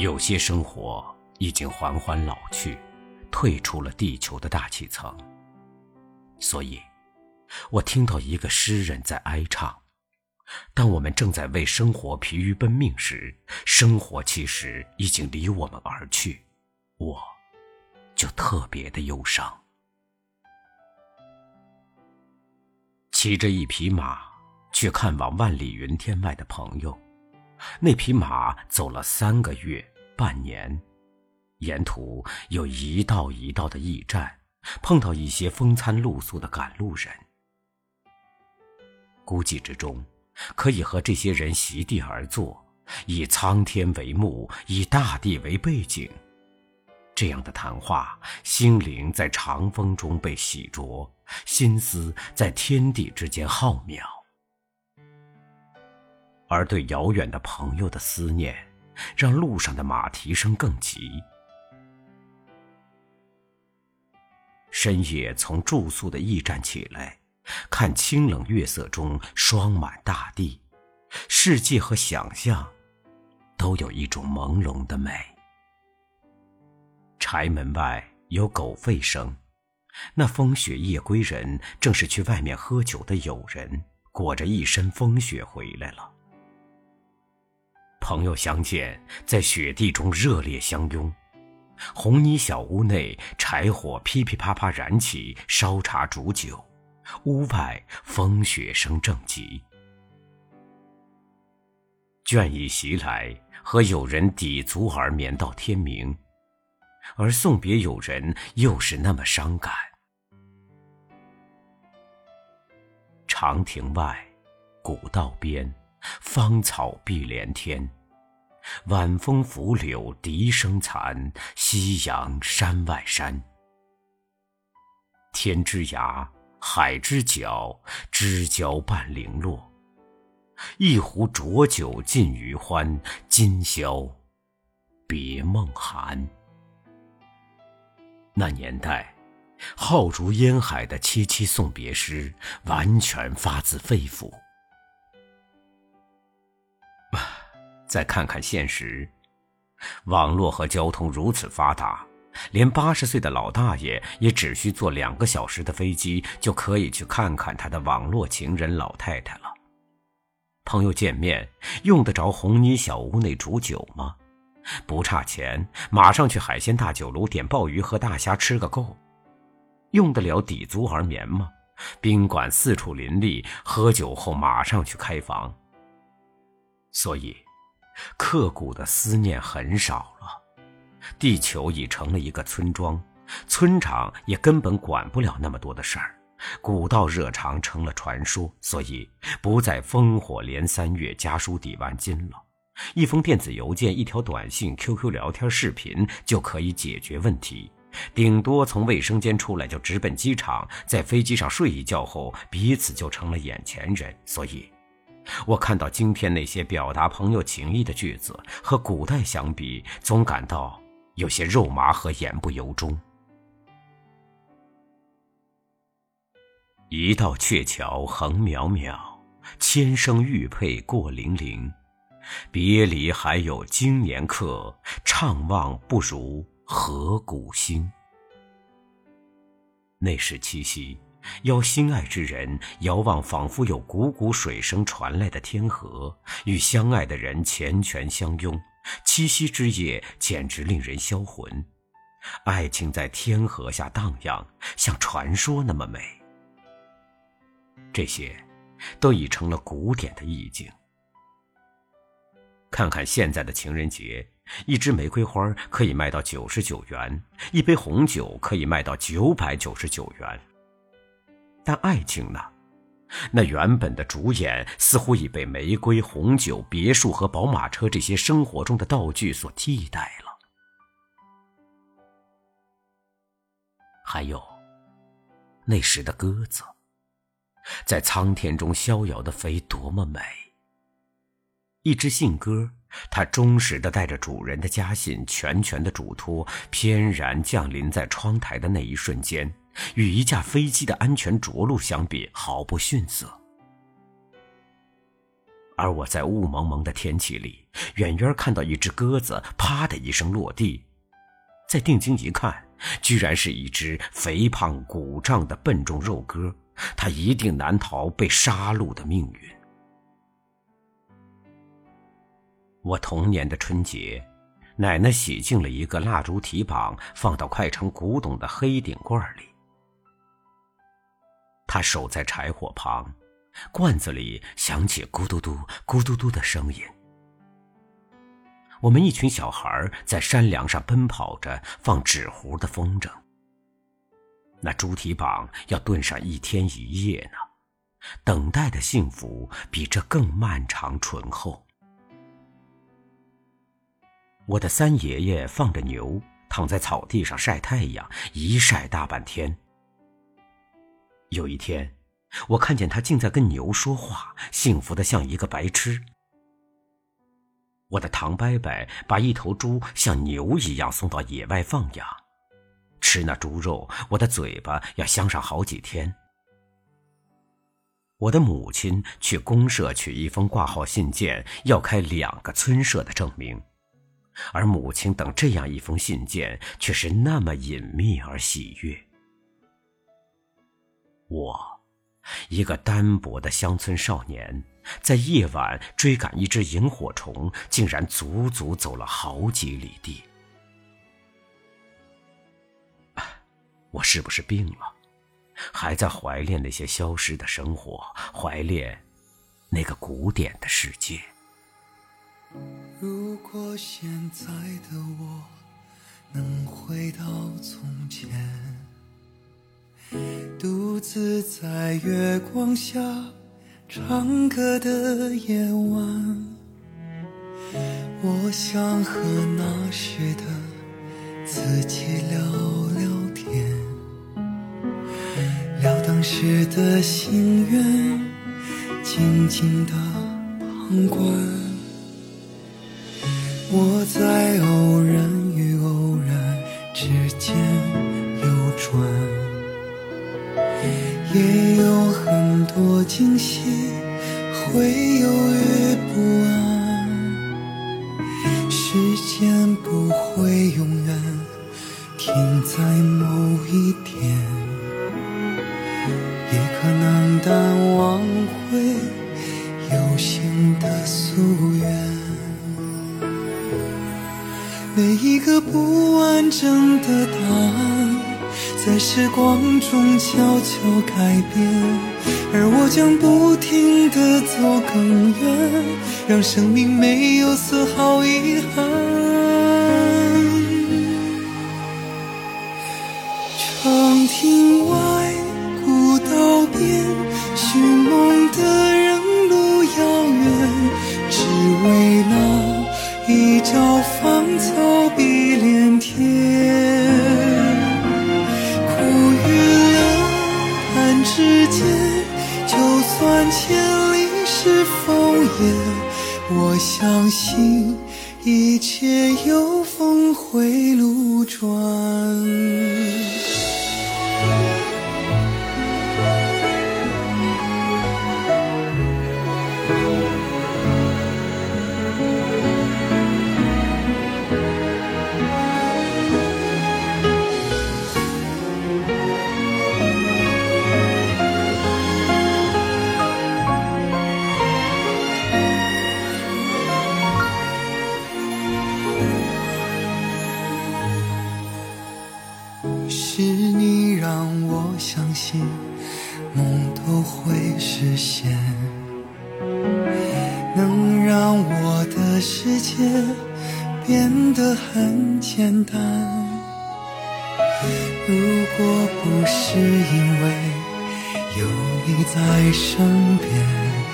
有些生活已经缓缓老去，退出了地球的大气层。所以，我听到一个诗人在哀唱：当我们正在为生活疲于奔命时，生活其实已经离我们而去，我就特别的忧伤。骑着一匹马去看望万里云天外的朋友，那匹马走了3个月、半年，沿途有一道一道的驿站，碰到一些风餐露宿的赶路人。孤寂之中，可以和这些人席地而坐，以苍天为幕，以大地为背景。这样的谈话，心灵在长风中被洗濯，心思在天地之间浩渺。而对遥远的朋友的思念，让路上的马蹄声更急。深夜从住宿的驿站起来，看清冷月色中霜满大地，世界和想象都有一种朦胧的美。柴门外有狗吠声，那风雪夜归人正是去外面喝酒的友人，裹着一身风雪回来了。朋友相见，在雪地中热烈相拥。红泥小屋内，柴火噼噼啪啪燃起，烧茶煮酒，屋外风雪声正急。倦意袭来，和友人抵足而眠到天明，而送别友人又是那么伤感。长亭外，古道边，芳草碧连天，晚风拂柳笛声残，夕阳山外山。天之涯，海之角，知交半零落。一壶浊酒尽余欢，今宵别梦寒。那年代，浩如烟海的凄凄送别诗，完全发自肺腑。再看看现实，网络和交通如此发达，连80岁的老大爷也只需坐2个小时的飞机，就可以去看看他的网络情人老太太了。朋友见面，用得着红泥小屋内煮酒吗？不差钱，马上去海鲜大酒楼点鲍鱼和大虾吃个够。用得了抵足而眠吗？宾馆四处林立，喝酒后马上去开房。所以刻骨的思念很少了，地球已成了一个村庄，村长也根本管不了那么多的事儿，古道热肠成了传说，所以不再烽火连3月，家书抵万金了。一封电子邮件，一条短信， QQ 聊天视频就可以解决问题，顶多从卫生间出来就直奔机场，在飞机上睡一觉后，彼此就成了眼前人。所以我看到今天那些表达朋友情谊的句子，和古代相比，总感到有些肉麻和言不由衷。一道鹊桥横渺渺，千声玉佩过零零。别离还有经年客，怅望不如河谷星。那时七夕，邀心爱之人遥望仿佛有汩汩水声传来的天河，与相爱的人缱绻相拥。七夕之夜简直令人销魂，爱情在天河下荡漾，像传说那么美。这些都已成了古典的意境。看看现在的情人节，一支玫瑰花可以卖到99元，一杯红酒可以卖到999元。但爱情呢？那原本的主演似乎已被玫瑰、红酒、别墅和宝马车这些生活中的道具所替代了。还有那时的鸽子，在苍天中逍遥地飞，多么美。一只信鸽，它忠实地带着主人的家信，全权的嘱托，翩然降临在窗台的那一瞬间，与一架飞机的安全着陆相比，毫不逊色。 而我在雾蒙蒙的天气里，远远看到一只鸽子啪的一声落地，再定睛一看，居然是一只肥胖鼓胀的笨重肉鸽，它一定难逃被杀戮的命运。我童年的春节，奶奶洗净了一个蜡烛提膀，放到快成古董的黑顶罐里。她守在柴火旁，罐子里响起咕嘟嘟咕嘟嘟的声音。我们一群小孩在山梁上奔跑着，放纸糊的风筝。那猪蹄膀要炖上1天1夜呢，等待的幸福比这更漫长醇厚。我的三爷爷放着牛，躺在草地上晒太阳，一晒大半天。有一天，我看见他竟在跟牛说话，幸福得像一个白痴。我的堂伯伯把一头猪像牛一样送到野外放养，吃那猪肉，我的嘴巴要香上好几天。我的母亲去公社取一封挂号信件，要开2个村社的证明，而母亲等这样一封信件却是那么隐秘而喜悦。我，一个单薄的乡村少年，在夜晚追赶一只萤火虫，竟然足足走了好几里地。我是不是病了？还在怀念那些消失的生活，怀念那个古典的世界。 如果现在的我能回到从前，独自在月光下唱歌的夜晚，我想和那时的自己聊聊天，聊当时的心愿，静静的旁观。我在偶然与偶然之间流转，也有很多惊喜，会犹豫不安。时间不会永远停在某一点，也可能淡忘会有新的夙愿。每一个不完整的答案，在时光中悄悄改变，而我将不停地走更远，让生命没有丝毫遗憾。长亭外，古道边，寻梦的人路遥远，只为那一朝芳草碧连天。苦与乐弹指间，就算千里是烽烟，我相信一切有峰回路转。是你让我相信梦都会实现，能让我的世界变得很简单。如果不是因为有你在身边，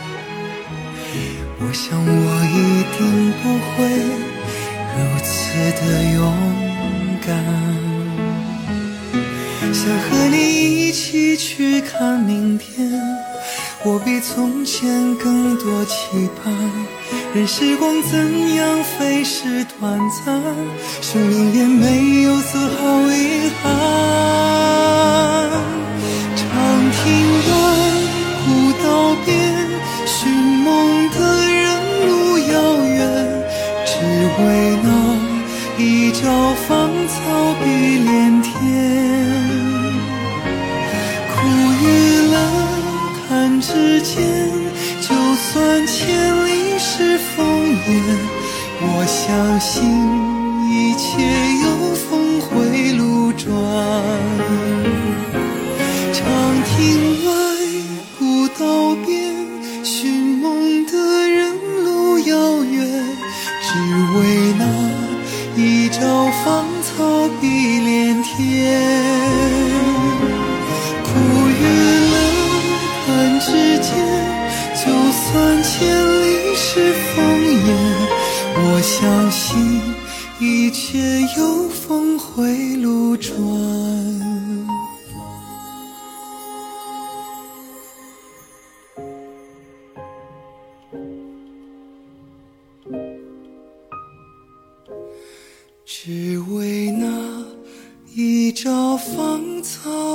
我想我一定不会如此的勇敢。想和你一起去看明天，我比从前更多期盼。任时光怎样飞逝短暂，生命也没有丝毫遗憾。长亭外，古道边，寻梦的人朝芳草碧连天，苦与乐弹指间，就算千里是烽烟，我相信一切有峰回路转。长亭外，古道边，寻梦的人路遥远，只为那一朝芳草碧连天。苦与乐弹指间，就算千里是烽烟，我相信一切有峰回路转。只为那一朝芳草